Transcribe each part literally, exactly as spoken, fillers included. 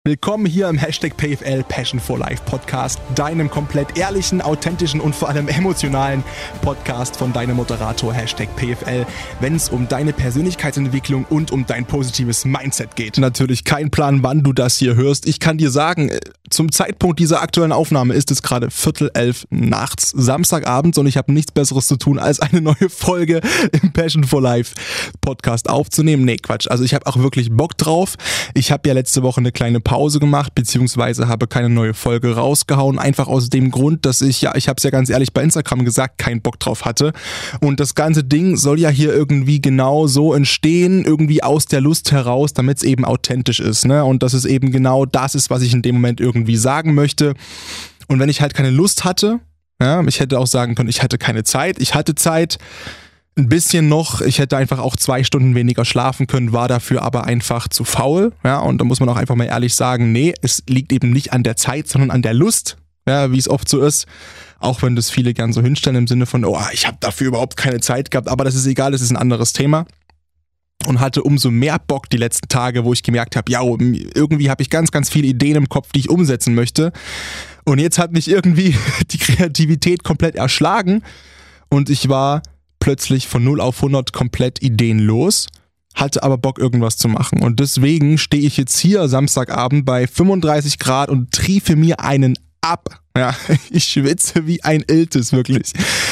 Willkommen hier im Hashtag P F L Passion for Life Podcast, deinem komplett ehrlichen, authentischen und vor allem emotionalen Podcast von deinem Moderator Hashtag P F L, wenn es um deine Persönlichkeitsentwicklung und um dein positives Mindset geht. Natürlich kein Plan, wann du das hier hörst. Ich kann dir sagen, zum Zeitpunkt dieser aktuellen Aufnahme ist es gerade Viertel elf nachts, Samstagabend, und ich habe nichts Besseres zu tun, als eine neue Folge im Passion for Life Podcast aufzunehmen. Nee, Quatsch. Also ich habe auch wirklich Bock drauf. Ich habe ja letzte Woche eine kleine Pause gemacht, beziehungsweise habe keine neue Folge rausgehauen, einfach aus dem Grund, dass ich, ja, ich habe es ja ganz ehrlich bei Instagram gesagt, keinen Bock drauf hatte. Und das ganze Ding soll ja hier irgendwie genau so entstehen, irgendwie aus der Lust heraus, damit es eben authentisch ist, ne? Und dass es eben genau das ist, was ich in dem Moment irgendwie sagen möchte. Und wenn ich halt keine Lust hatte, ja, ich hätte auch sagen können, ich hatte keine Zeit, ich hatte Zeit, ein bisschen noch, ich hätte einfach auch zwei Stunden weniger schlafen können, war dafür aber einfach zu faul, ja, und da muss man auch einfach mal ehrlich sagen, nee, es liegt eben nicht an der Zeit, sondern an der Lust, ja, wie es oft so ist, auch wenn das viele gern so hinstellen im Sinne von, oh, ich habe dafür überhaupt keine Zeit gehabt, aber das ist egal, das ist ein anderes Thema. Und hatte umso mehr Bock die letzten Tage, wo ich gemerkt habe, ja, irgendwie habe ich ganz, ganz viele Ideen im Kopf, die ich umsetzen möchte. Und jetzt hat mich irgendwie die Kreativität komplett erschlagen und ich war plötzlich von null auf hundert komplett ideenlos, hatte aber Bock, irgendwas zu machen. Und deswegen stehe ich jetzt hier Samstagabend bei fünfunddreißig Grad und triefe mir einen ab. Ja, ich schwitze wie ein Iltis, wirklich.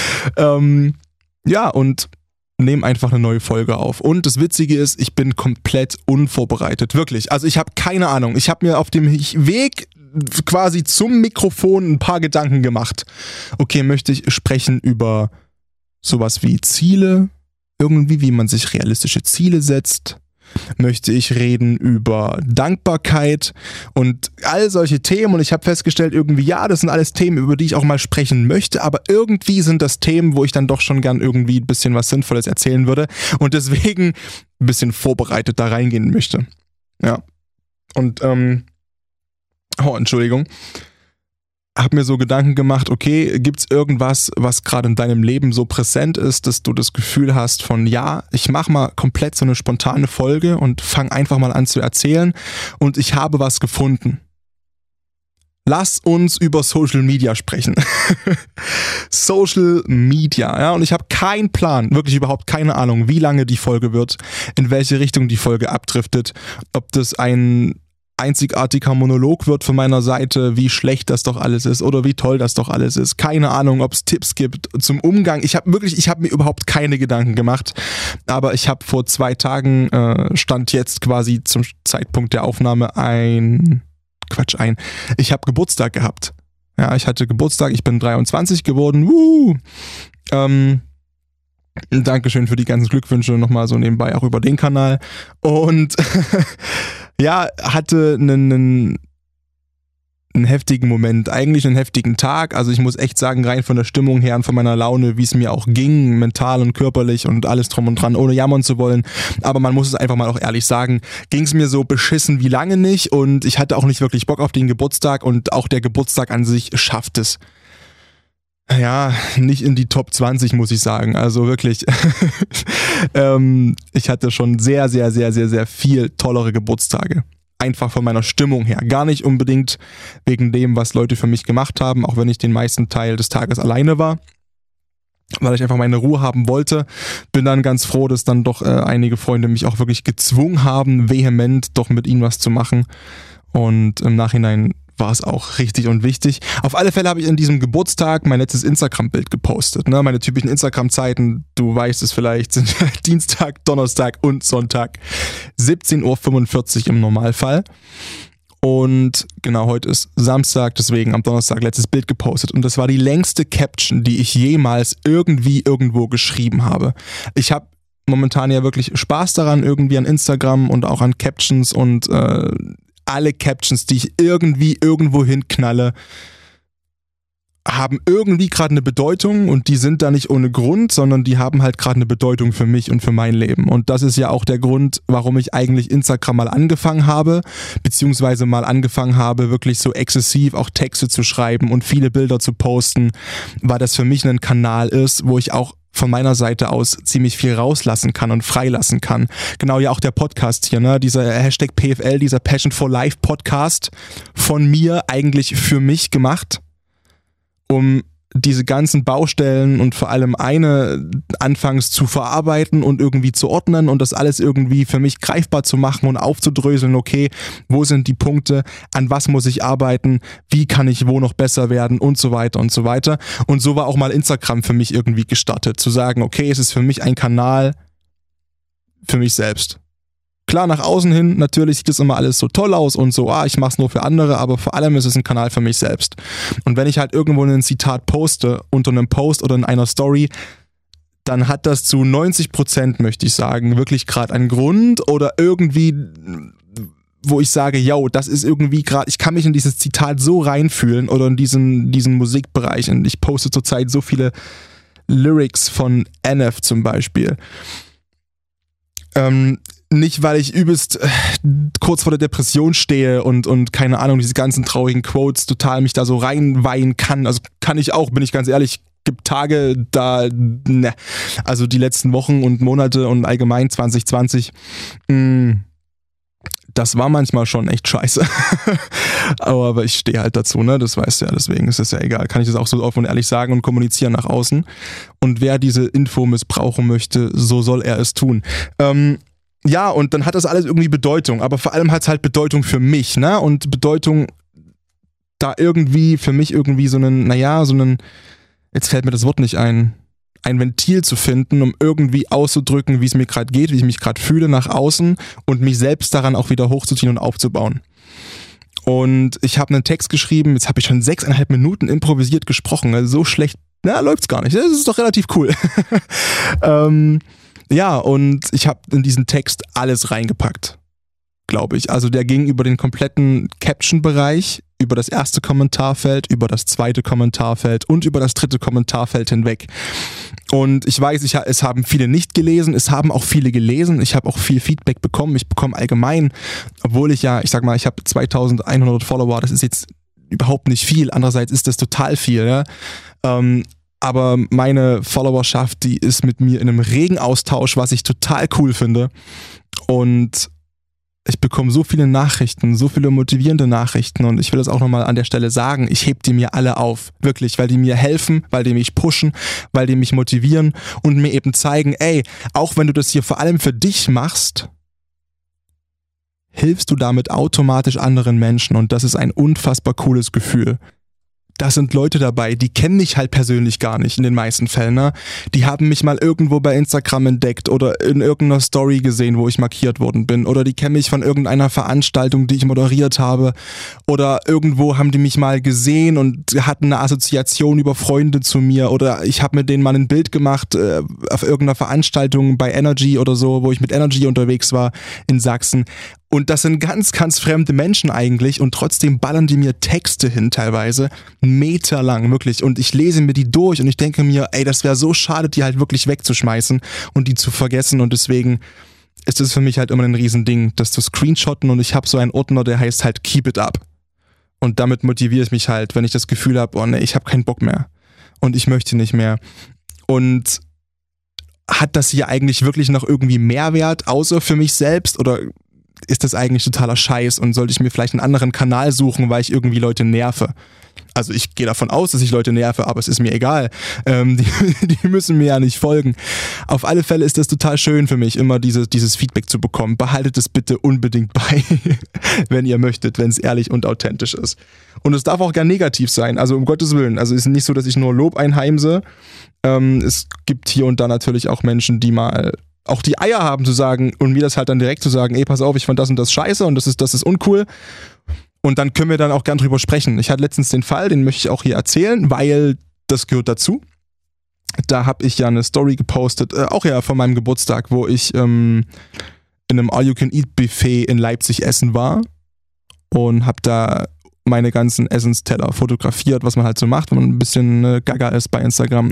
Ähm, ja, und nehme einfach eine neue Folge auf. Und das Witzige ist, ich bin komplett unvorbereitet, wirklich. Also ich habe keine Ahnung. Ich habe mir auf dem Weg quasi zum Mikrofon ein paar Gedanken gemacht. Okay, möchte ich sprechen über sowas wie Ziele, irgendwie, wie man sich realistische Ziele setzt. Möchte ich reden über Dankbarkeit und all solche Themen, und ich habe festgestellt, irgendwie, ja, das sind alles Themen, über die ich auch mal sprechen möchte, aber irgendwie sind das Themen, wo ich dann doch schon gern irgendwie ein bisschen was Sinnvolles erzählen würde und deswegen ein bisschen vorbereitet da reingehen möchte. Ja. Und, ähm, oh, Entschuldigung. Hab mir so Gedanken gemacht, okay, gibt's irgendwas, was gerade in deinem Leben so präsent ist, dass du das Gefühl hast von, ja, ich mach mal komplett so eine spontane Folge und fang einfach mal an zu erzählen und ich habe was gefunden. Lass uns über Social Media sprechen. Social Media, ja, und ich habe keinen Plan, wirklich überhaupt keine Ahnung, wie lange die Folge wird, in welche Richtung die Folge abdriftet, ob das ein einzigartiger Monolog wird von meiner Seite, wie schlecht das doch alles ist oder wie toll das doch alles ist. Keine Ahnung, ob es Tipps gibt zum Umgang. Ich habe wirklich, ich habe mir überhaupt keine Gedanken gemacht, aber ich habe vor zwei Tagen, äh, stand jetzt quasi zum Zeitpunkt der Aufnahme ein, Quatsch, ein, ich habe Geburtstag gehabt. Ja, ich hatte Geburtstag, ich bin dreiundzwanzig geworden. Woo! Ähm, Dankeschön für die ganzen Glückwünsche nochmal so nebenbei auch über den Kanal. Und ja, hatte einen, einen, einen heftigen Moment, eigentlich einen heftigen Tag. Also ich muss echt sagen, rein von der Stimmung her und von meiner Laune, wie es mir auch ging, mental und körperlich und alles drum und dran, ohne jammern zu wollen. Aber man muss es einfach mal auch ehrlich sagen, ging es mir so beschissen wie lange nicht und ich hatte auch nicht wirklich Bock auf den Geburtstag und auch der Geburtstag an sich schafft es. Ja, nicht in die Top zwanzig, muss ich sagen. Also wirklich, ähm, ich hatte schon sehr, sehr, sehr, sehr, sehr viel tollere Geburtstage. Einfach von meiner Stimmung her. Gar nicht unbedingt wegen dem, was Leute für mich gemacht haben, auch wenn ich den meisten Teil des Tages alleine war, weil ich einfach meine Ruhe haben wollte. Bin dann ganz froh, dass dann doch äh, einige Freunde mich auch wirklich gezwungen haben, vehement doch mit ihnen was zu machen. Und im Nachhinein war es auch richtig und wichtig. Auf alle Fälle habe ich an diesem Geburtstag mein letztes Instagram-Bild gepostet. Ne? Meine typischen Instagram-Zeiten, du weißt es vielleicht, sind Dienstag, Donnerstag und Sonntag. siebzehn Uhr fünfundvierzig im Normalfall. Und genau, heute ist Samstag, deswegen am Donnerstag letztes Bild gepostet. Und das war die längste Caption, die ich jemals irgendwie irgendwo geschrieben habe. Ich habe momentan ja wirklich Spaß daran, irgendwie an Instagram und auch an Captions und äh, alle Captions, die ich irgendwie irgendwo hinknalle, haben irgendwie gerade eine Bedeutung und die sind da nicht ohne Grund, sondern die haben halt gerade eine Bedeutung für mich und für mein Leben. Und das ist ja auch der Grund, warum ich eigentlich Instagram mal angefangen habe, beziehungsweise mal angefangen habe, wirklich so exzessiv auch Texte zu schreiben und viele Bilder zu posten, weil das für mich ein Kanal ist, wo ich auch von meiner Seite aus ziemlich viel rauslassen kann und freilassen kann. Genau, ja auch der Podcast hier, ne? Dieser Hashtag P F L, dieser Passion for Life Podcast von mir eigentlich für mich gemacht, um diese ganzen Baustellen und vor allem eine anfangs zu verarbeiten und irgendwie zu ordnen und das alles irgendwie für mich greifbar zu machen und aufzudröseln, okay, wo sind die Punkte, an was muss ich arbeiten, wie kann ich wo noch besser werden und so weiter und so weiter. Und so war auch mal Instagram für mich irgendwie gestartet, zu sagen, okay, es ist für mich ein Kanal für mich selbst. Klar, nach außen hin, natürlich sieht das immer alles so toll aus und so, ah, ich mach's nur für andere, aber vor allem ist es ein Kanal für mich selbst. Und wenn ich halt irgendwo ein Zitat poste, unter einem Post oder in einer Story, dann hat das zu neunzig Prozent, möchte ich sagen, wirklich gerade einen Grund oder irgendwie, wo ich sage, yo, das ist irgendwie gerade, ich kann mich in dieses Zitat so reinfühlen oder in diesen, diesen Musikbereich. Und ich poste zurzeit so viele Lyrics von N F zum Beispiel. Ähm, Nicht, weil ich übelst äh, kurz vor der Depression stehe und, und keine Ahnung, diese ganzen traurigen Quotes total mich da so reinweihen kann. Also kann ich auch, bin ich ganz ehrlich, gibt Tage da, ne. Also die letzten Wochen und Monate und allgemein zwanzig zwanzig, mh, das war manchmal schon echt scheiße. aber, aber ich stehe halt dazu, ne? Das weißt du ja, deswegen ist es ja egal. Kann ich das auch so offen und ehrlich sagen und kommunizieren nach außen. Und wer diese Info missbrauchen möchte, so soll er es tun. Ähm, Ja, und dann hat das alles irgendwie Bedeutung, aber vor allem hat es halt Bedeutung für mich, ne? Und Bedeutung, da irgendwie für mich irgendwie so einen, naja, so einen, jetzt fällt mir das Wort nicht ein, ein Ventil zu finden, um irgendwie auszudrücken, wie es mir gerade geht, wie ich mich gerade fühle nach außen und mich selbst daran auch wieder hochzuziehen und aufzubauen. Und ich habe einen Text geschrieben, jetzt habe ich schon sechseinhalb Minuten improvisiert gesprochen, also so schlecht, na, läuft's gar nicht, das ist doch relativ cool. ähm, Ja, und ich habe in diesen Text alles reingepackt, glaube ich. Also der ging über den kompletten Caption-Bereich, über das erste Kommentarfeld, über das zweite Kommentarfeld und über das dritte Kommentarfeld hinweg. Und ich weiß, ich, es haben viele nicht gelesen, es haben auch viele gelesen. Ich habe auch viel Feedback bekommen. Ich bekomme allgemein, obwohl ich ja, ich sag mal, ich habe zweitausendeinhundert Follower, das ist jetzt überhaupt nicht viel. Andererseits ist das total viel, ja. Ähm, Aber meine Followerschaft, die ist mit mir in einem regen Austausch, was ich total cool finde. Und ich bekomme so viele Nachrichten, so viele motivierende Nachrichten. Und ich will das auch nochmal an der Stelle sagen, ich heb die mir alle auf. Wirklich, weil die mir helfen, weil die mich pushen, weil die mich motivieren und mir eben zeigen, ey, auch wenn du das hier vor allem für dich machst, hilfst du damit automatisch anderen Menschen. Und das ist ein unfassbar cooles Gefühl. Da sind Leute dabei, die kennen mich halt persönlich gar nicht in den meisten Fällen, ne? Die haben mich mal irgendwo bei Instagram entdeckt oder in irgendeiner Story gesehen, wo ich markiert worden bin, oder die kennen mich von irgendeiner Veranstaltung, die ich moderiert habe, oder irgendwo haben die mich mal gesehen und hatten eine Assoziation über Freunde zu mir, oder ich habe mit denen mal ein Bild gemacht äh, auf irgendeiner Veranstaltung bei Energy oder so, wo ich mit Energy unterwegs war in Sachsen. Und das sind ganz, ganz fremde Menschen eigentlich und trotzdem ballern die mir Texte hin teilweise, meterlang, wirklich. Und ich lese mir die durch und ich denke mir, ey, das wäre so schade, die halt wirklich wegzuschmeißen und die zu vergessen. Und deswegen ist es für mich halt immer ein Riesending, das zu screenshotten. Und ich habe so einen Ordner, der heißt halt Keep It Up. Und damit motiviere ich mich halt, wenn ich das Gefühl habe, oh ne, ich habe keinen Bock mehr. Und ich möchte nicht mehr. Und hat das hier eigentlich wirklich noch irgendwie Mehrwert, außer für mich selbst? Oder ist das eigentlich totaler Scheiß und sollte ich mir vielleicht einen anderen Kanal suchen, weil ich irgendwie Leute nerve? Also ich gehe davon aus, dass ich Leute nerve, aber es ist mir egal. Ähm, die, die müssen mir ja nicht folgen. Auf alle Fälle ist das total schön für mich, immer diese, dieses Feedback zu bekommen. Behaltet es bitte unbedingt bei, wenn ihr möchtet, wenn es ehrlich und authentisch ist. Und es darf auch gern negativ sein, also um Gottes Willen. Also es ist nicht so, dass ich nur Lob einheimse. Ähm, es gibt hier und da natürlich auch Menschen, die mal auch die Eier haben zu sagen und mir das halt dann direkt zu sagen, ey, pass auf, ich fand das und das scheiße und das ist, das ist uncool. Und dann können wir dann auch gern drüber sprechen. Ich hatte letztens den Fall, den möchte ich auch hier erzählen, weil das gehört dazu. Da habe ich ja eine Story gepostet, äh, auch ja von meinem Geburtstag, wo ich ähm, in einem All-You-Can-Eat-Buffet in Leipzig essen war und habe da meine ganzen Essensteller fotografiert, was man halt so macht, wenn man ein bisschen äh, gaga ist bei Instagram.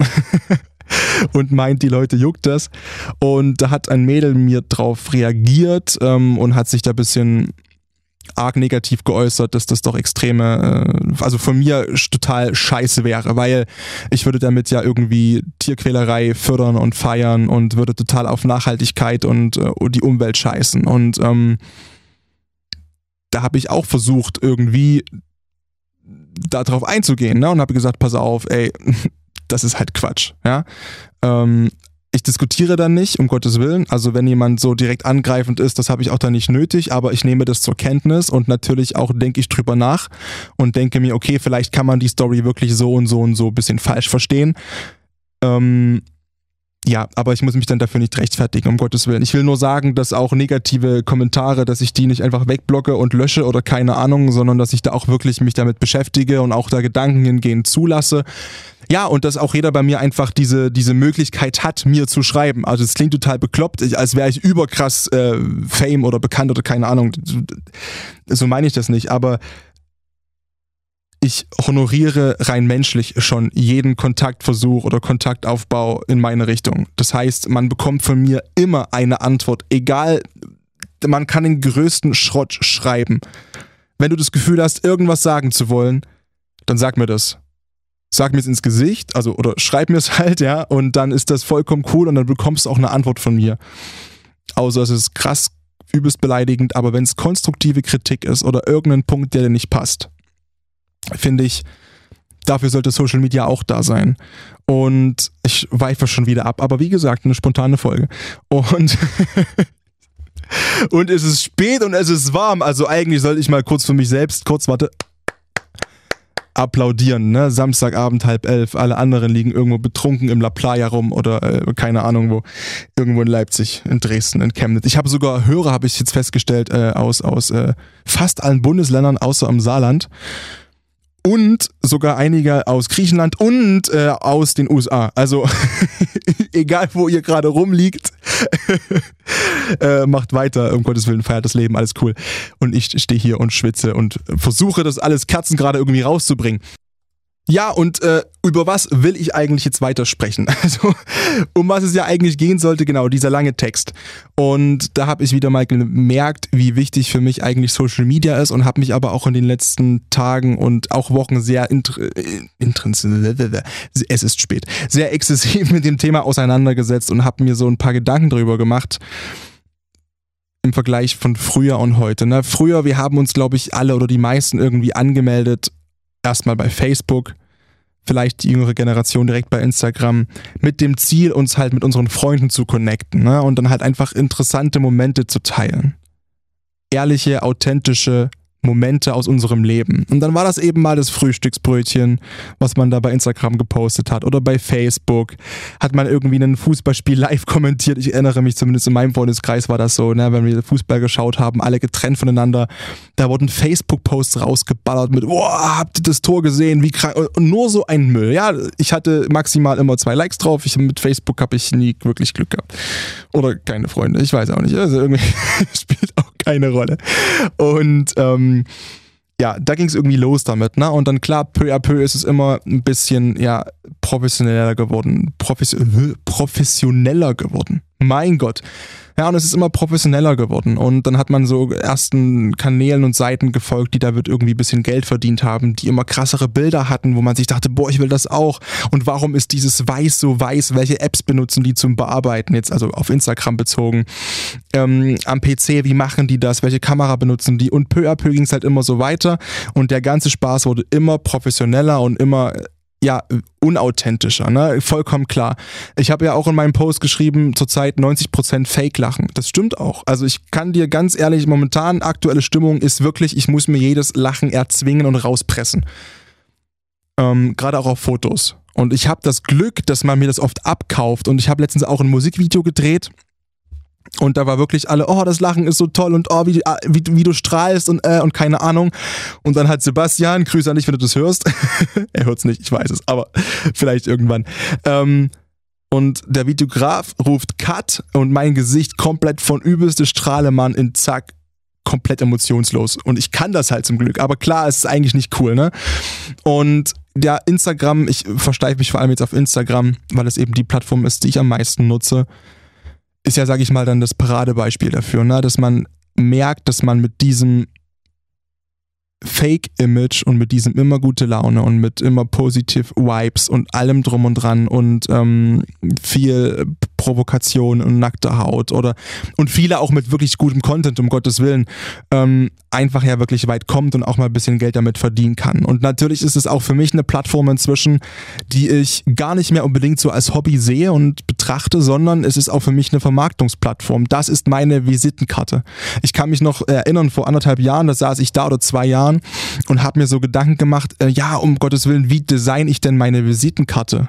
Und meint, die Leute juckt das. Und da hat ein Mädel mir drauf reagiert ähm, und hat sich da ein bisschen arg negativ geäußert, dass das doch extreme, äh, also von mir total scheiße wäre, weil ich würde damit ja irgendwie Tierquälerei fördern und feiern und würde total auf Nachhaltigkeit und äh, die Umwelt scheißen. Und ähm, da habe ich auch versucht, irgendwie darauf einzugehen, ne? Und habe gesagt, pass auf, ey, das ist halt Quatsch, ja. Ähm, Ich diskutiere dann nicht, um Gottes Willen. Also wenn jemand so direkt angreifend ist, das habe ich auch dann nicht nötig, aber ich nehme das zur Kenntnis und natürlich auch denke ich drüber nach und denke mir, okay, vielleicht kann man die Story wirklich so und so und so ein bisschen falsch verstehen. Ähm, ja, aber ich muss mich dann dafür nicht rechtfertigen, um Gottes Willen. Ich will nur sagen, dass auch negative Kommentare, dass ich die nicht einfach wegblocke und lösche oder keine Ahnung, sondern dass ich da auch wirklich mich damit beschäftige und auch da Gedanken hingehen zulasse. Ja, und dass auch jeder bei mir einfach diese, diese Möglichkeit hat, mir zu schreiben. Also es klingt total bekloppt, ich, als wäre ich überkrass äh, Fame oder bekannt oder keine Ahnung. So meine ich das nicht, aber ich honoriere rein menschlich schon jeden Kontaktversuch oder Kontaktaufbau in meine Richtung. Das heißt, man bekommt von mir immer eine Antwort, egal, man kann den größten Schrott schreiben. Wenn du das Gefühl hast, irgendwas sagen zu wollen, dann sag mir das. Sag mir es ins Gesicht, also oder schreib mir es halt, ja, und dann ist das vollkommen cool und dann bekommst du auch eine Antwort von mir. Außer es ist krass, übelst beleidigend, aber wenn es konstruktive Kritik ist oder irgendein Punkt, der dir nicht passt, finde ich, dafür sollte Social Media auch da sein. Und ich weife schon wieder ab, aber wie gesagt, eine spontane Folge. Und und es ist spät und es ist warm, also eigentlich sollte ich mal kurz für mich selbst, kurz, warte, applaudieren, ne? Samstagabend halb elf, alle anderen liegen irgendwo betrunken im La Playa rum oder äh, keine Ahnung wo, irgendwo in Leipzig, in Dresden, in Chemnitz. Ich habe sogar Hörer, habe ich jetzt festgestellt, äh, aus, aus äh, fast allen Bundesländern, außer im Saarland. Und sogar einige aus Griechenland und äh, aus den U S A. Also egal, wo ihr gerade rumliegt, äh, macht weiter, um Gottes Willen, feiert das Leben, alles cool. Und ich stehe hier und schwitze und versuche das alles kerzengerade irgendwie rauszubringen. Ja, und äh, über was will ich eigentlich jetzt weiter sprechen? Also, um was es ja eigentlich gehen sollte, genau, dieser lange Text. Und da habe ich wieder mal gemerkt, wie wichtig für mich eigentlich Social Media ist und habe mich aber auch in den letzten Tagen und auch Wochen sehr intrinsisch, es ist spät, sehr exzessiv mit dem Thema auseinandergesetzt und habe mir so ein paar Gedanken darüber gemacht. Im Vergleich von früher und heute. Ne? Früher, wir haben uns, glaube ich, alle oder die meisten irgendwie angemeldet, erstmal bei Facebook, vielleicht die jüngere Generation direkt bei Instagram, mit dem Ziel, uns halt mit unseren Freunden zu connecten, ne? Und dann halt einfach interessante Momente zu teilen. Ehrliche, authentische Momente aus unserem Leben. Und dann war das eben mal das Frühstücksbrötchen, was man da bei Instagram gepostet hat. Oder bei Facebook hat man irgendwie ein Fußballspiel live kommentiert. Ich erinnere mich, zumindest in meinem Freundeskreis war das so, ne, wenn wir Fußball geschaut haben, alle getrennt voneinander. Da wurden Facebook-Posts rausgeballert mit, boah, habt ihr das Tor gesehen? Wie krank? Und nur so ein Müll. Ja, ich hatte maximal immer zwei Likes drauf. Ich, mit Facebook habe ich nie wirklich Glück gehabt. Oder keine Freunde, ich weiß auch nicht. Also irgendwie spielt auch keine Rolle. Und ähm, ja, da ging es irgendwie los damit, ne? Und dann klar, peu à peu ist es immer ein bisschen ja professioneller geworden. Profes- professioneller geworden. Mein Gott. Ja, und es ist immer professioneller geworden. Und dann hat man so ersten Kanälen und Seiten gefolgt, die da wird irgendwie ein bisschen Geld verdient haben, die immer krassere Bilder hatten, wo man sich dachte, boah, ich will das auch. Und warum ist dieses Weiß so weiß? Welche Apps benutzen die zum Bearbeiten? Jetzt also auf Instagram bezogen. Ähm, am P C, wie machen die das? Welche Kamera benutzen die? Und peu à peu ging es halt immer so weiter. Und der ganze Spaß wurde immer professioneller und immer ja, unauthentischer, ne? Vollkommen klar. Ich habe ja auch in meinem Post geschrieben, zurzeit neunzig Prozent Fake-Lachen. Das stimmt auch. Also ich kann dir ganz ehrlich, momentan aktuelle Stimmung ist wirklich, ich muss mir jedes Lachen erzwingen und rauspressen. Ähm, gerade auch auf Fotos. Und ich habe das Glück, dass man mir das oft abkauft. Und ich habe letztens auch ein Musikvideo gedreht. Und da war wirklich alle, oh, das Lachen ist so toll und oh, wie, wie, wie du strahlst und äh, und keine Ahnung. Und dann hat Sebastian, Grüße an dich, wenn du das hörst. Er hört's nicht, ich weiß es, aber vielleicht irgendwann. Ähm, und der Videograf ruft Cut und mein Gesicht komplett von übelste Strahlemann in zack, komplett emotionslos. Und ich kann das halt zum Glück. Aber klar, es ist eigentlich nicht cool, ne? Und ja, Instagram, ich versteife mich vor allem jetzt auf Instagram, weil es eben die Plattform ist, die ich am meisten nutze. Ist ja, sag ich mal, dann das Paradebeispiel dafür, ne? Dass man merkt, dass man mit diesem Fake-Image und mit diesem immer gute Laune und mit immer positive Vibes und allem drum und dran und ähm, viel Provokation und nackter Haut oder und viele auch mit wirklich gutem Content, um Gottes Willen, ähm, einfach ja wirklich weit kommt und auch mal ein bisschen Geld damit verdienen kann. Und natürlich ist es auch für mich eine Plattform inzwischen, die ich gar nicht mehr unbedingt so als Hobby sehe und betrachte, sondern es ist auch für mich eine Vermarktungsplattform. Das ist meine Visitenkarte. Ich kann mich noch erinnern, vor anderthalb Jahren, da saß ich da oder zwei Jahren und habe mir so Gedanken gemacht, äh, ja, um Gottes Willen, wie design ich denn meine Visitenkarte?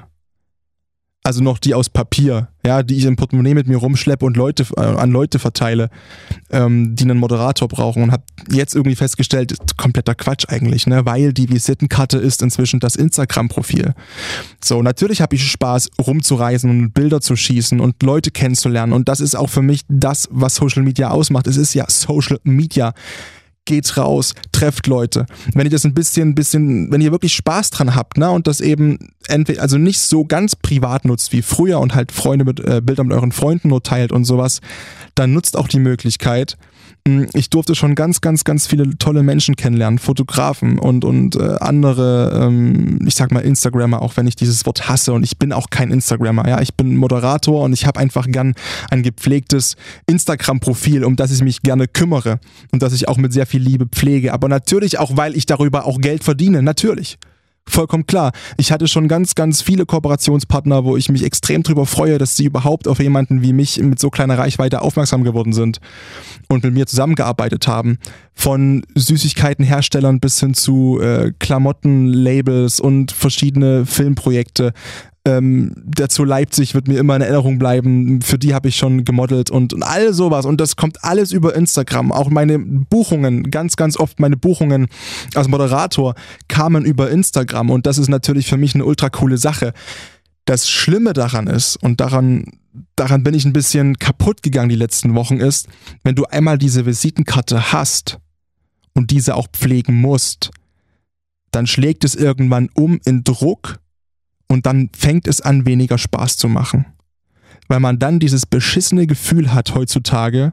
Also noch die aus Papier, ja, die ich im Portemonnaie mit mir rumschleppe und Leute äh, an Leute verteile, ähm, die einen Moderator brauchen und habe jetzt irgendwie festgestellt, kompletter Quatsch eigentlich, ne, weil die Visitenkarte ist inzwischen das Instagram-Profil. So, natürlich habe ich Spaß, rumzureisen und Bilder zu schießen und Leute kennenzulernen und das ist auch für mich das, was Social Media ausmacht. Es ist ja Social Media. Geht raus, trefft Leute. Wenn ihr das ein bisschen, bisschen, wenn ihr wirklich Spaß dran habt, ne, und das eben entweder, also nicht so ganz privat nutzt wie früher und halt Freunde mit, äh, Bilder mit euren Freunden nur teilt und sowas, dann nutzt auch die Möglichkeit. Ich durfte schon ganz, ganz, ganz viele tolle Menschen kennenlernen, Fotografen und, und äh, andere, ähm, ich sag mal Instagrammer, auch wenn ich dieses Wort hasse und ich bin auch kein Instagrammer, ja, ich bin Moderator und ich habe einfach gern ein gepflegtes Instagram-Profil, um das ich mich gerne kümmere und das ich auch mit sehr viel Liebe pflege, aber natürlich auch, weil ich darüber auch Geld verdiene, natürlich. Vollkommen klar. Ich hatte schon ganz, ganz viele Kooperationspartner, wo ich mich extrem drüber freue, dass sie überhaupt auf jemanden wie mich mit so kleiner Reichweite aufmerksam geworden sind und mit mir zusammengearbeitet haben. Von Süßigkeitenherstellern bis hin zu äh, Klamotten, Labels und verschiedene Filmprojekte. Ähm, der zu Leipzig wird mir immer in Erinnerung bleiben, für die habe ich schon gemodelt und, und all sowas und das kommt alles über Instagram, auch meine Buchungen, ganz, ganz oft meine Buchungen als Moderator kamen über Instagram und das ist natürlich für mich eine ultra coole Sache. Das Schlimme daran ist und daran, daran bin ich ein bisschen kaputt gegangen die letzten Wochen ist, wenn du einmal diese Visitenkarte hast und diese auch pflegen musst, dann schlägt es irgendwann um in Druck. Und dann fängt es an, weniger Spaß zu machen. Weil man dann dieses beschissene Gefühl hat heutzutage,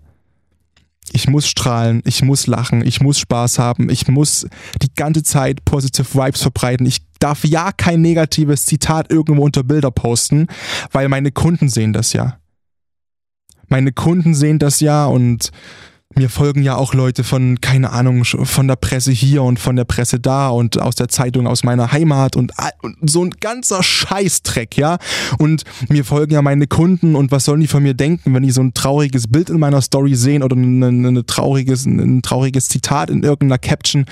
ich muss strahlen, ich muss lachen, ich muss Spaß haben, ich muss die ganze Zeit positive Vibes verbreiten. Ich darf ja kein negatives Zitat irgendwo unter Bilder posten, weil meine Kunden sehen das ja. Meine Kunden sehen das ja und mir folgen ja auch Leute von, keine Ahnung, von der Presse hier und von der Presse da und aus der Zeitung aus meiner Heimat und, und so ein ganzer Scheißdreck, ja. Und mir folgen ja meine Kunden und was sollen die von mir denken, wenn die so ein trauriges Bild in meiner Story sehen oder eine, eine trauriges, ein trauriges Zitat in irgendeiner Caption.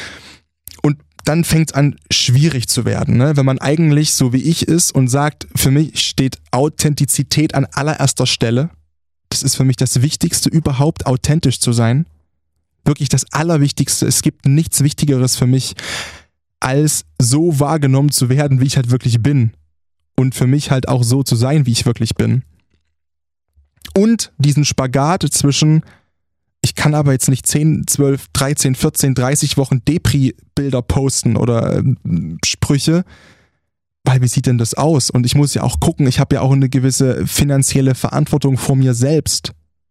Und dann fängt es an, schwierig zu werden, ne? Wenn man eigentlich so wie ich ist und sagt, für mich steht Authentizität an allererster Stelle. Das ist für mich das Wichtigste überhaupt, authentisch zu sein. Wirklich das Allerwichtigste. Es gibt nichts Wichtigeres für mich, als so wahrgenommen zu werden, wie ich halt wirklich bin. Und für mich halt auch so zu sein, wie ich wirklich bin. Und diesen Spagat zwischen, ich kann aber jetzt nicht zehn, zwölf, dreizehn, vierzehn, dreißig Wochen Depri-Bilder posten oder äh, Sprüche, weil wie sieht denn das aus? Und ich muss ja auch gucken, ich habe ja auch eine gewisse finanzielle Verantwortung vor mir selbst.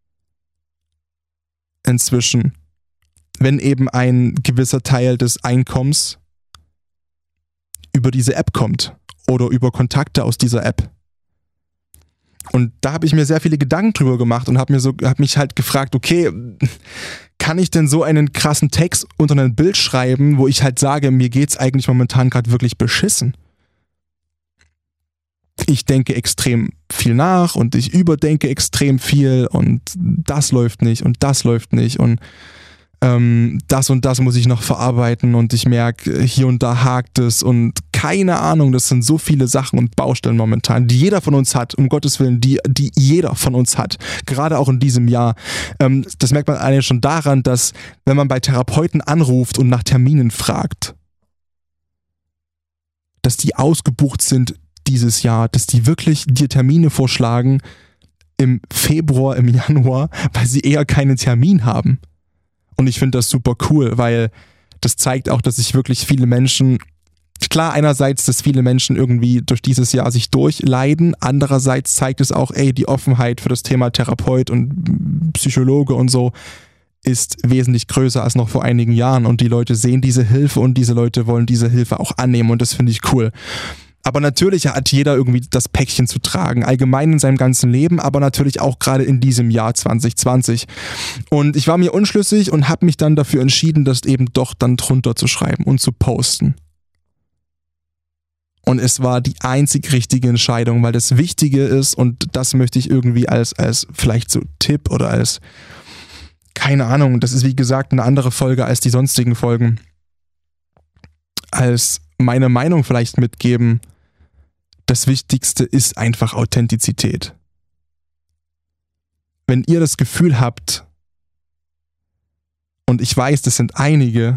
Inzwischen. Wenn eben ein gewisser Teil des Einkommens über diese App kommt oder über Kontakte aus dieser App. Und da habe ich mir sehr viele Gedanken drüber gemacht und habe mir so, habe mich halt gefragt, okay, kann ich denn so einen krassen Text unter ein Bild schreiben, wo ich halt sage, mir geht's eigentlich momentan gerade wirklich beschissen? Ich denke extrem viel nach und ich überdenke extrem viel und das läuft nicht und das läuft nicht und ähm, das und das muss ich noch verarbeiten und ich merke, hier und da hakt es und keine Ahnung, das sind so viele Sachen und Baustellen momentan, die jeder von uns hat, um Gottes Willen, die, die jeder von uns hat, gerade auch in diesem Jahr. Ähm, das merkt man eigentlich schon daran, dass wenn man bei Therapeuten anruft und nach Terminen fragt, dass die ausgebucht sind dieses Jahr, dass die wirklich dir Termine vorschlagen im Februar, im Januar, weil sie eher keinen Termin haben. Und ich finde das super cool, weil das zeigt auch, dass sich wirklich viele Menschen, klar einerseits, dass viele Menschen irgendwie durch dieses Jahr sich durchleiden, andererseits zeigt es auch, ey, die Offenheit für das Thema Therapeut und Psychologe und so ist wesentlich größer als noch vor einigen Jahren und die Leute sehen diese Hilfe und diese Leute wollen diese Hilfe auch annehmen und das finde ich cool. Aber natürlich hat jeder irgendwie das Päckchen zu tragen, allgemein in seinem ganzen Leben, aber natürlich auch gerade in diesem Jahr zwanzig zwanzig. Und ich war mir unschlüssig und habe mich dann dafür entschieden, das eben doch dann drunter zu schreiben und zu posten. Und es war die einzig richtige Entscheidung, weil das Wichtige ist, und das möchte ich irgendwie als, als vielleicht so Tipp oder als, keine Ahnung, das ist wie gesagt eine andere Folge als die sonstigen Folgen, als meine Meinung vielleicht mitgeben. Das Wichtigste ist einfach Authentizität. Wenn ihr das Gefühl habt, und ich weiß, das sind einige,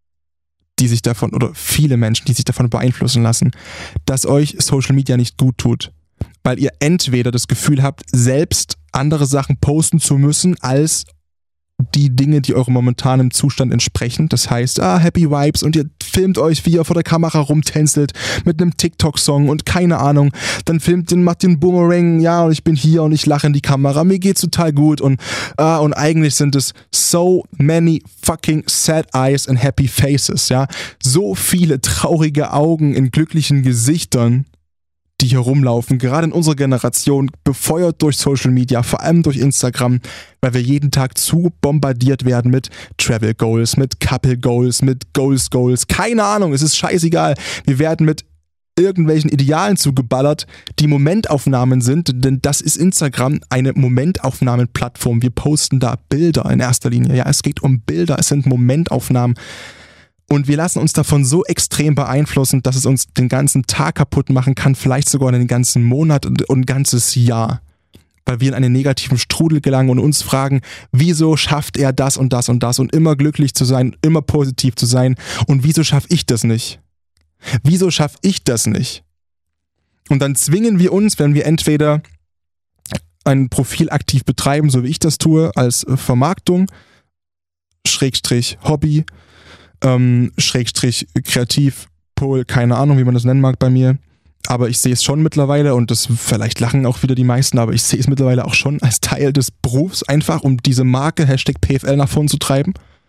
die sich davon, oder viele Menschen, die sich davon beeinflussen lassen, dass euch Social Media nicht gut tut, weil ihr entweder das Gefühl habt, selbst andere Sachen posten zu müssen, als die Dinge, die eurem momentanen Zustand entsprechen. Das heißt, ah, Happy Vibes und ihr filmt euch, wie ihr vor der Kamera rumtänzelt mit einem TikTok-Song und keine Ahnung. Dann filmt den, macht den Boomerang, ja, und ich bin hier und ich lache in die Kamera. Mir geht's total gut und, ah, und eigentlich sind es so many fucking sad eyes and happy faces, ja. So viele traurige Augen in glücklichen Gesichtern, die hier rumlaufen, gerade in unserer Generation, befeuert durch Social Media, vor allem durch Instagram, weil wir jeden Tag zu bombardiert werden mit Travel Goals, mit Couple Goals, mit Goals Goals, keine Ahnung, es ist scheißegal. Wir werden mit irgendwelchen Idealen zugeballert, die Momentaufnahmen sind, denn das ist Instagram, eine Momentaufnahmenplattform. Wir posten da Bilder in erster Linie, ja, es geht um Bilder, es sind Momentaufnahmen. Und wir lassen uns davon so extrem beeinflussen, dass es uns den ganzen Tag kaputt machen kann, vielleicht sogar den ganzen Monat und ein ganzes Jahr. Weil wir in einen negativen Strudel gelangen und uns fragen, wieso schafft er das und das und das und immer glücklich zu sein, immer positiv zu sein und wieso schaffe ich das nicht? Wieso schaffe ich das nicht? Und dann zwingen wir uns, wenn wir entweder ein Profil aktiv betreiben, so wie ich das tue, als Vermarktung, Schrägstrich Hobby, Ähm, Schrägstrich Kreativpol, keine Ahnung, wie man das nennen mag bei mir, aber ich sehe es schon mittlerweile und das vielleicht lachen auch wieder die meisten, aber ich sehe es mittlerweile auch schon als Teil des Berufs, einfach um diese Marke Hashtag P F L nach vorn zu treiben.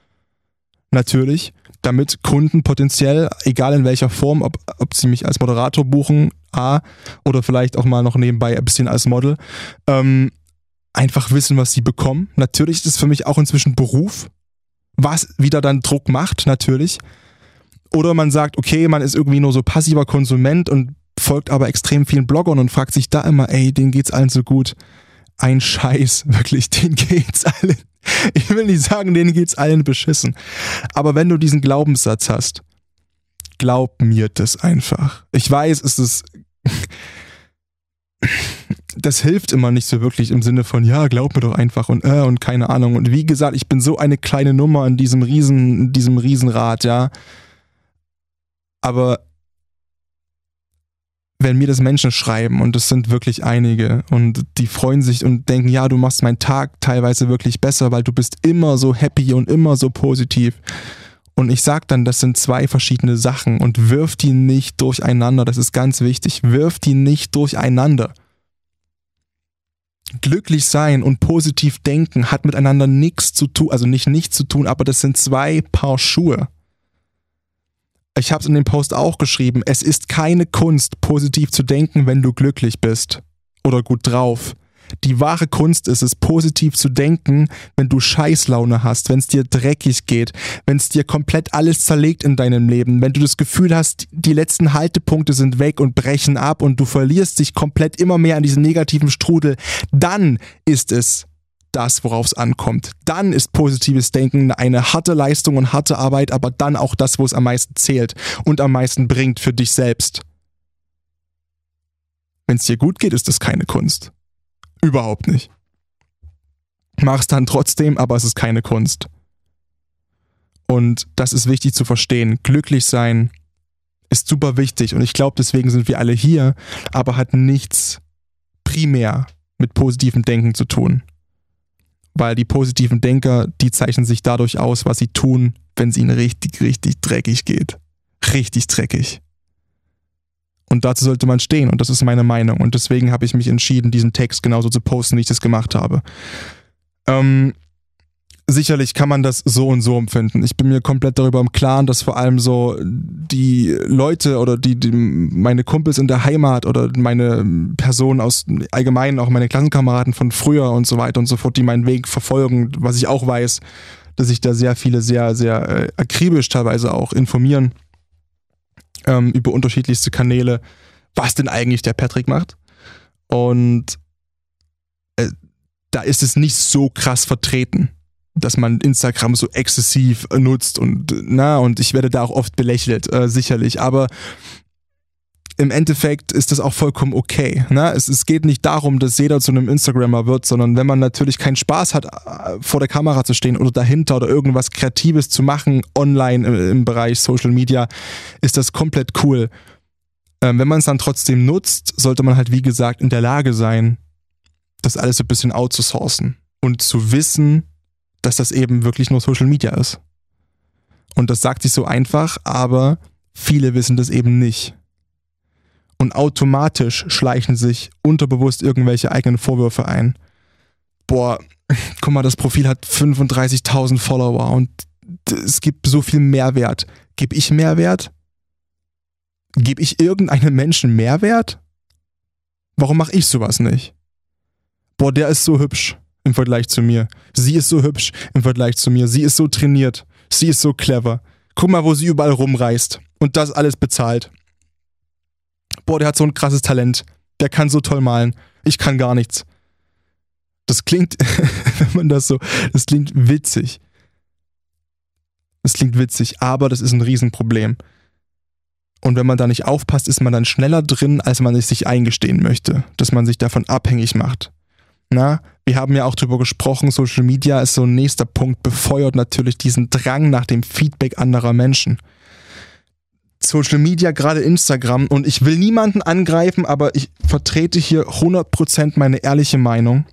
Natürlich, damit Kunden potenziell, egal in welcher Form, ob, ob sie mich als Moderator buchen, A, oder vielleicht auch mal noch nebenbei ein bisschen als Model, ähm, einfach wissen, was sie bekommen. Natürlich ist es für mich auch inzwischen Beruf, was wieder dann Druck macht, natürlich. Oder man sagt, okay, man ist irgendwie nur so passiver Konsument und folgt aber extrem vielen Bloggern und fragt sich da immer, ey, denen geht's allen so gut. Ein Scheiß, wirklich, denen geht's allen. Ich will nicht sagen, denen geht's allen beschissen. Aber wenn du diesen Glaubenssatz hast, glaub mir das einfach. Ich weiß, es ist... Das hilft immer nicht so wirklich im Sinne von, ja, glaub mir doch einfach und äh, und keine Ahnung. Und wie gesagt, ich bin so eine kleine Nummer in diesem Riesen, in diesem Riesenrad, ja. Aber wenn mir das Menschen schreiben, und das sind wirklich einige, und die freuen sich und denken, ja, du machst meinen Tag teilweise wirklich besser, weil du bist immer so happy und immer so positiv. Und ich sag dann, das sind zwei verschiedene Sachen und wirf die nicht durcheinander. Das ist ganz wichtig. Wirf die nicht durcheinander. Glücklich sein und positiv denken hat miteinander nichts zu tun, also nicht nichts zu tun, aber das sind zwei Paar Schuhe. Ich habe es in dem Post auch geschrieben, es ist keine Kunst, positiv zu denken, wenn du glücklich bist oder gut drauf. Die wahre Kunst ist es, positiv zu denken, wenn du Scheißlaune hast, wenn es dir dreckig geht, wenn es dir komplett alles zerlegt in deinem Leben, wenn du das Gefühl hast, die letzten Haltepunkte sind weg und brechen ab und du verlierst dich komplett immer mehr an diesem negativen Strudel, dann ist es das, worauf es ankommt. Dann ist positives Denken eine harte Leistung und harte Arbeit, aber dann auch das, wo es am meisten zählt und am meisten bringt für dich selbst. Wenn es dir gut geht, ist das keine Kunst. Überhaupt nicht. Mach's dann trotzdem, aber es ist keine Kunst. Und das ist wichtig zu verstehen. Glücklich sein ist super wichtig und ich glaube, deswegen sind wir alle hier, aber hat nichts primär mit positivem Denken zu tun. Weil die positiven Denker, die zeichnen sich dadurch aus, was sie tun, wenn es ihnen richtig, richtig dreckig geht. Richtig dreckig. Und dazu sollte man stehen und das ist meine Meinung. Und deswegen habe ich mich entschieden, diesen Text genauso zu posten, wie ich das gemacht habe. Ähm, sicherlich kann man das so und so empfinden. Ich bin mir komplett darüber im Klaren, dass vor allem so die Leute oder die, die meine Kumpels in der Heimat oder meine Personen aus allgemein, auch meine Klassenkameraden von früher und so weiter und so fort, die meinen Weg verfolgen, was ich auch weiß, dass sich da sehr viele sehr, sehr äh, akribisch teilweise auch informieren ähm, über unterschiedlichste Kanäle, was denn eigentlich der Patrick macht. Und äh, da ist es nicht so krass vertreten, dass man Instagram so exzessiv nutzt und na, und ich werde da auch oft belächelt, äh, sicherlich, aber im Endeffekt ist das auch vollkommen okay. Ne? Es, es geht nicht darum, dass jeder zu einem Instagrammer wird, sondern wenn man natürlich keinen Spaß hat, vor der Kamera zu stehen oder dahinter oder irgendwas Kreatives zu machen, online im, im Bereich Social Media, ist das komplett cool. Ähm, wenn man es dann trotzdem nutzt, sollte man halt wie gesagt in der Lage sein, das alles so ein bisschen outzusourcen und zu wissen, dass das eben wirklich nur Social Media ist. Und das sagt sich so einfach, aber viele wissen das eben nicht. Und automatisch schleichen sich unterbewusst irgendwelche eigenen Vorwürfe ein. Boah, guck mal, das Profil hat fünfunddreißigtausend Follower und es gibt so viel Mehrwert. Gebe ich Mehrwert? Gebe ich irgendeinem Menschen Mehrwert? Warum mache ich sowas nicht? Boah, der ist so hübsch im Vergleich zu mir. Sie ist so hübsch im Vergleich zu mir. Sie ist so trainiert. Sie ist so clever. Guck mal, wo sie überall rumreist und das alles bezahlt. Boah, der hat so ein krasses Talent. Der kann so toll malen. Ich kann gar nichts. Das klingt, wenn man das so, das klingt witzig. Das klingt witzig, aber das ist ein Riesenproblem. Und wenn man da nicht aufpasst, ist man dann schneller drin, als man es sich eingestehen möchte, dass man sich davon abhängig macht. Na, wir haben ja auch drüber gesprochen, Social Media ist so ein nächster Punkt, befeuert natürlich diesen Drang nach dem Feedback anderer Menschen. Social Media, gerade Instagram, und ich will niemanden angreifen, aber ich vertrete hier hundert Prozent meine ehrliche Meinung,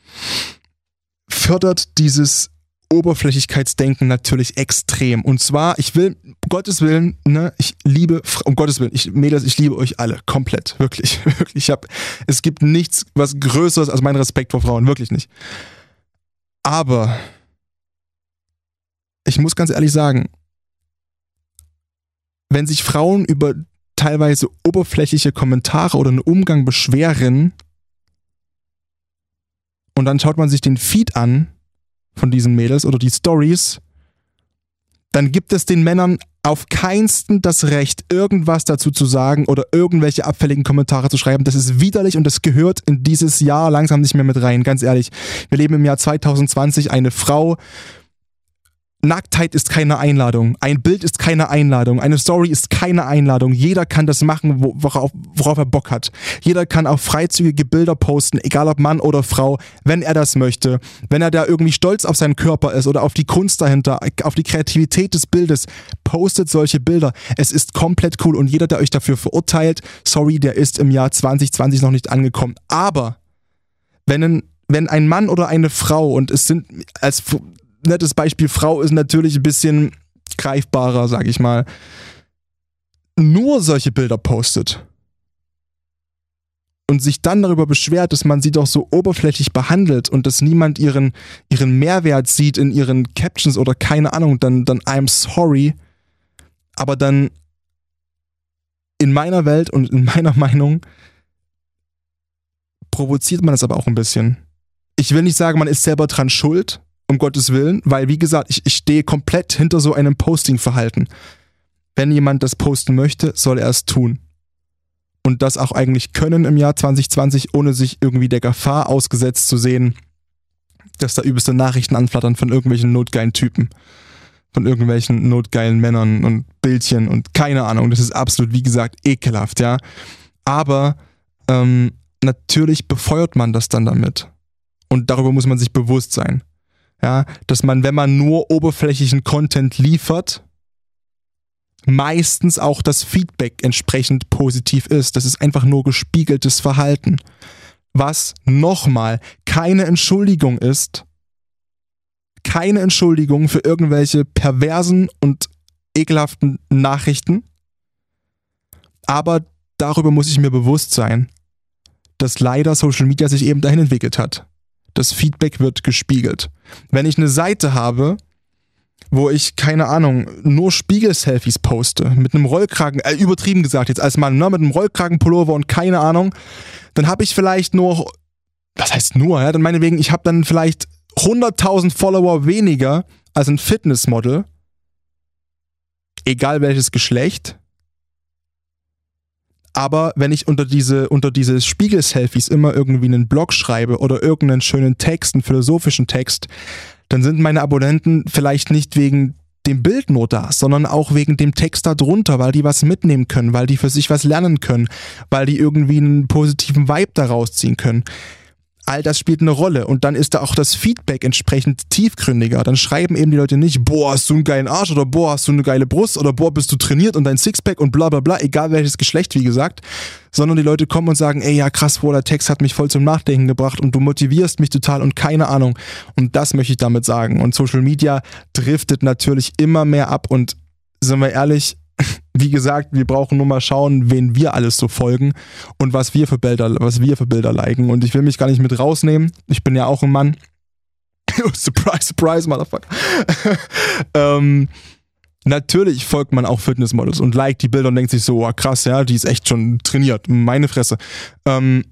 fördert dieses Oberflächlichkeitsdenken natürlich extrem. Und zwar, ich will, um Gottes Willen, ne, ich liebe, um Gottes Willen, ich, Mädels, ich liebe euch alle, komplett, wirklich, wirklich. Ich hab, es gibt nichts, was Größeres als mein Respekt vor Frauen, wirklich nicht. Aber ich muss ganz ehrlich sagen, wenn sich Frauen über teilweise oberflächliche Kommentare oder einen Umgang beschweren und dann schaut man sich den Feed an von diesen Mädels oder die Stories, dann gibt es den Männern auf keinsten das Recht, irgendwas dazu zu sagen oder irgendwelche abfälligen Kommentare zu schreiben. Das ist widerlich und das gehört in dieses Jahr langsam nicht mehr mit rein, ganz ehrlich. Wir leben im Jahr zwanzig zwanzig, eine Frau, Nacktheit ist keine Einladung, ein Bild ist keine Einladung, eine Story ist keine Einladung. Jeder kann das machen, worauf, worauf er Bock hat. Jeder kann auch freizügige Bilder posten, egal ob Mann oder Frau, wenn er das möchte. Wenn er da irgendwie stolz auf seinen Körper ist oder auf die Kunst dahinter, auf die Kreativität des Bildes, postet solche Bilder. Es ist komplett cool und jeder, der euch dafür verurteilt, sorry, der ist im Jahr zwanzig zwanzig noch nicht angekommen. Aber wenn ein, wenn ein Mann oder eine Frau, und es sind als nettes Beispiel Frau ist natürlich ein bisschen greifbarer, sag ich mal, nur solche Bilder postet und sich dann darüber beschwert, dass man sie doch so oberflächlich behandelt und dass niemand ihren, ihren Mehrwert sieht in ihren Captions oder keine Ahnung, dann, dann I'm sorry, aber dann in meiner Welt und in meiner Meinung provoziert man das aber auch ein bisschen. Ich will nicht sagen, man ist selber dran schuld, um Gottes Willen, weil wie gesagt, ich, ich stehe komplett hinter so einem Posting-Verhalten. Wenn jemand das posten möchte, soll er es tun. Und das auch eigentlich können im Jahr zwanzig zwanzig, ohne sich irgendwie der Gefahr ausgesetzt zu sehen, dass da übelste Nachrichten anflattern von irgendwelchen notgeilen Typen. Von irgendwelchen notgeilen Männern und Bildchen und keine Ahnung. Das ist absolut, wie gesagt, ekelhaft, ja. Aber ähm, natürlich befeuert man das dann damit. Und darüber muss man sich bewusst sein. Ja, dass man, wenn man nur oberflächlichen Content liefert, meistens auch das Feedback entsprechend positiv ist. Das ist einfach nur gespiegeltes Verhalten. Was nochmal keine Entschuldigung ist, keine Entschuldigung für irgendwelche perversen und ekelhaften Nachrichten. Aber darüber muss ich mir bewusst sein, dass leider Social Media sich eben dahin entwickelt hat. Das Feedback wird gespiegelt. Wenn ich eine Seite habe, wo ich, keine Ahnung, nur Spiegel-Selfies poste, mit einem Rollkragen, äh, übertrieben gesagt jetzt als Mann, ne, mit einem Rollkragenpullover und keine Ahnung, dann habe ich vielleicht nur, was heißt nur, ja, dann meinetwegen, ich habe dann vielleicht hunderttausend Follower weniger als ein Fitnessmodel, egal welches Geschlecht. Aber wenn ich unter diese, unter diese Spiegel-Selfies immer irgendwie einen Blog schreibe oder irgendeinen schönen Text, einen philosophischen Text, dann sind meine Abonnenten vielleicht nicht wegen dem Bild nur da, sondern auch wegen dem Text da drunter, weil die was mitnehmen können, weil die für sich was lernen können, weil die irgendwie einen positiven Vibe daraus ziehen können. All das spielt eine Rolle und dann ist da auch das Feedback entsprechend tiefgründiger. Dann schreiben eben die Leute nicht, boah, hast du einen geilen Arsch oder boah, hast du eine geile Brust oder boah, bist du trainiert und dein Sixpack und bla bla bla, egal welches Geschlecht, wie gesagt, sondern die Leute kommen und sagen, ey, ja krass, boah, der Text hat mich voll zum Nachdenken gebracht und du motivierst mich total und keine Ahnung. Und das möchte ich damit sagen. Und Social Media driftet natürlich immer mehr ab und sind wir ehrlich, wie gesagt, wir brauchen nur mal schauen, wen wir alles so folgen und was wir für Bilder, was wir für Bilder liken. Und ich will mich gar nicht mit rausnehmen. Ich bin ja auch ein Mann. Surprise, surprise, Motherfucker. ähm, natürlich folgt man auch Fitnessmodels und liked die Bilder und denkt sich so, oh, krass, ja, die ist echt schon trainiert. Meine Fresse. Ähm,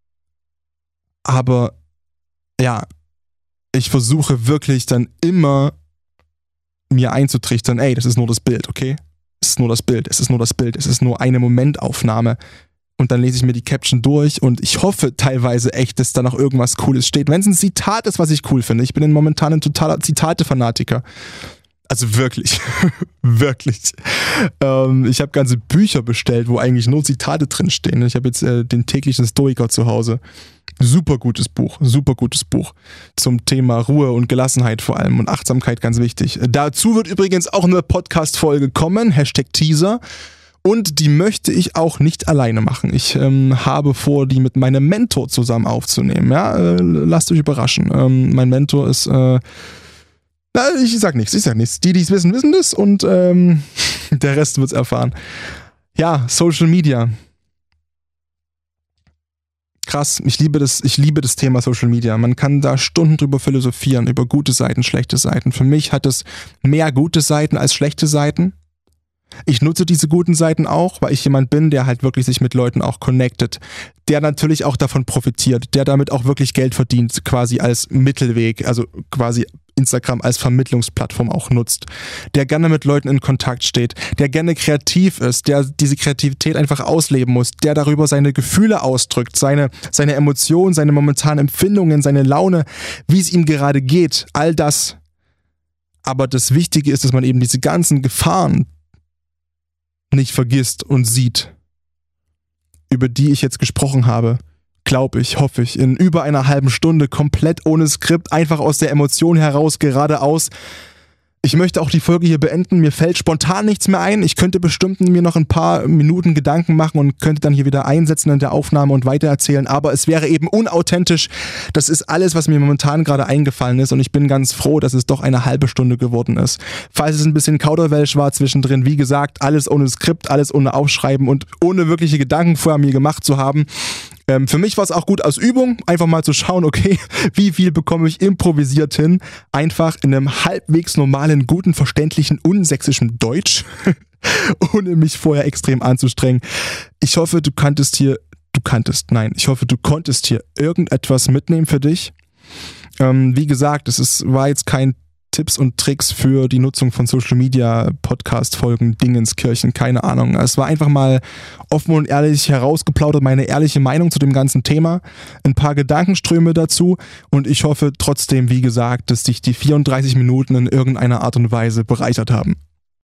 aber ja, ich versuche wirklich dann immer mir einzutrichtern, ey, das ist nur das Bild, okay? Es ist nur das Bild, es ist nur das Bild, es ist nur eine Momentaufnahme. Und dann lese ich mir die Caption durch und ich hoffe teilweise echt, dass da noch irgendwas Cooles steht. Wenn es ein Zitat ist, was ich cool finde. Ich bin momentan ein totaler Zitate-Fanatiker. Also wirklich, wirklich. Ähm, ich habe ganze Bücher bestellt, wo eigentlich nur Zitate drinstehen. Ich habe jetzt äh, den täglichen Stoiker zu Hause. Super gutes Buch, super gutes Buch. Zum Thema Ruhe und Gelassenheit vor allem und Achtsamkeit ganz wichtig. Dazu wird übrigens auch eine Podcast-Folge kommen, Hashtag Teaser. Und die möchte ich auch nicht alleine machen. Ich ähm, habe vor, die mit meinem Mentor zusammen aufzunehmen. Ja, äh, lasst euch überraschen. Ähm, mein Mentor ist... Äh, Na, ich sag nichts, ich sag nichts. Die, die es wissen, wissen das und ähm, der Rest wird's erfahren. Ja, Social Media. Krass, ich liebe das, ich liebe das Thema Social Media. Man kann da Stunden drüber philosophieren, über gute Seiten, schlechte Seiten. Für mich hat es mehr gute Seiten als schlechte Seiten. Ich nutze diese guten Seiten auch, weil ich jemand bin, der halt wirklich sich mit Leuten auch connectet, der natürlich auch davon profitiert, der damit auch wirklich Geld verdient, quasi als Mittelweg, also quasi Instagram als Vermittlungsplattform auch nutzt, der gerne mit Leuten in Kontakt steht, der gerne kreativ ist, der diese Kreativität einfach ausleben muss, der darüber seine Gefühle ausdrückt, seine, seine Emotionen, seine momentanen Empfindungen, seine Laune, wie es ihm gerade geht, all das. Aber das Wichtige ist, dass man eben diese ganzen Gefahren nicht vergisst und sieht, über die ich jetzt gesprochen habe, glaube ich, hoffe ich, in über einer halben Stunde, komplett ohne Skript, einfach aus der Emotion heraus, geradeaus. Ich möchte auch die Folge hier beenden. Mir fällt spontan nichts mehr ein. Ich könnte bestimmt mir noch ein paar Minuten Gedanken machen und könnte dann hier wieder einsetzen in der Aufnahme und weitererzählen. Aber es wäre eben unauthentisch. Das ist alles, was mir momentan gerade eingefallen ist. Und ich bin ganz froh, dass es doch eine halbe Stunde geworden ist. Falls es ein bisschen Kauderwelsch war zwischendrin, wie gesagt, alles ohne Skript, alles ohne Aufschreiben und ohne wirkliche Gedanken vorher mir gemacht zu haben. Ähm, für mich war es auch gut als Übung, einfach mal zu schauen, okay, wie viel bekomme ich improvisiert hin, einfach in einem halbwegs normalen, guten, verständlichen, unsächsischen Deutsch, ohne mich vorher extrem anzustrengen. Ich hoffe, du kanntest hier, du kanntest, nein, ich hoffe, du konntest hier irgendetwas mitnehmen für dich. Ähm, wie gesagt, es ist, war jetzt kein Tipps und Tricks für die Nutzung von Social Media, Podcast-Folgen, Dingenskirchen, keine Ahnung. Es war einfach mal offen und ehrlich herausgeplaudert, meine ehrliche Meinung zu dem ganzen Thema, ein paar Gedankenströme dazu und ich hoffe trotzdem, wie gesagt, dass dich die vierunddreißig Minuten in irgendeiner Art und Weise bereichert haben.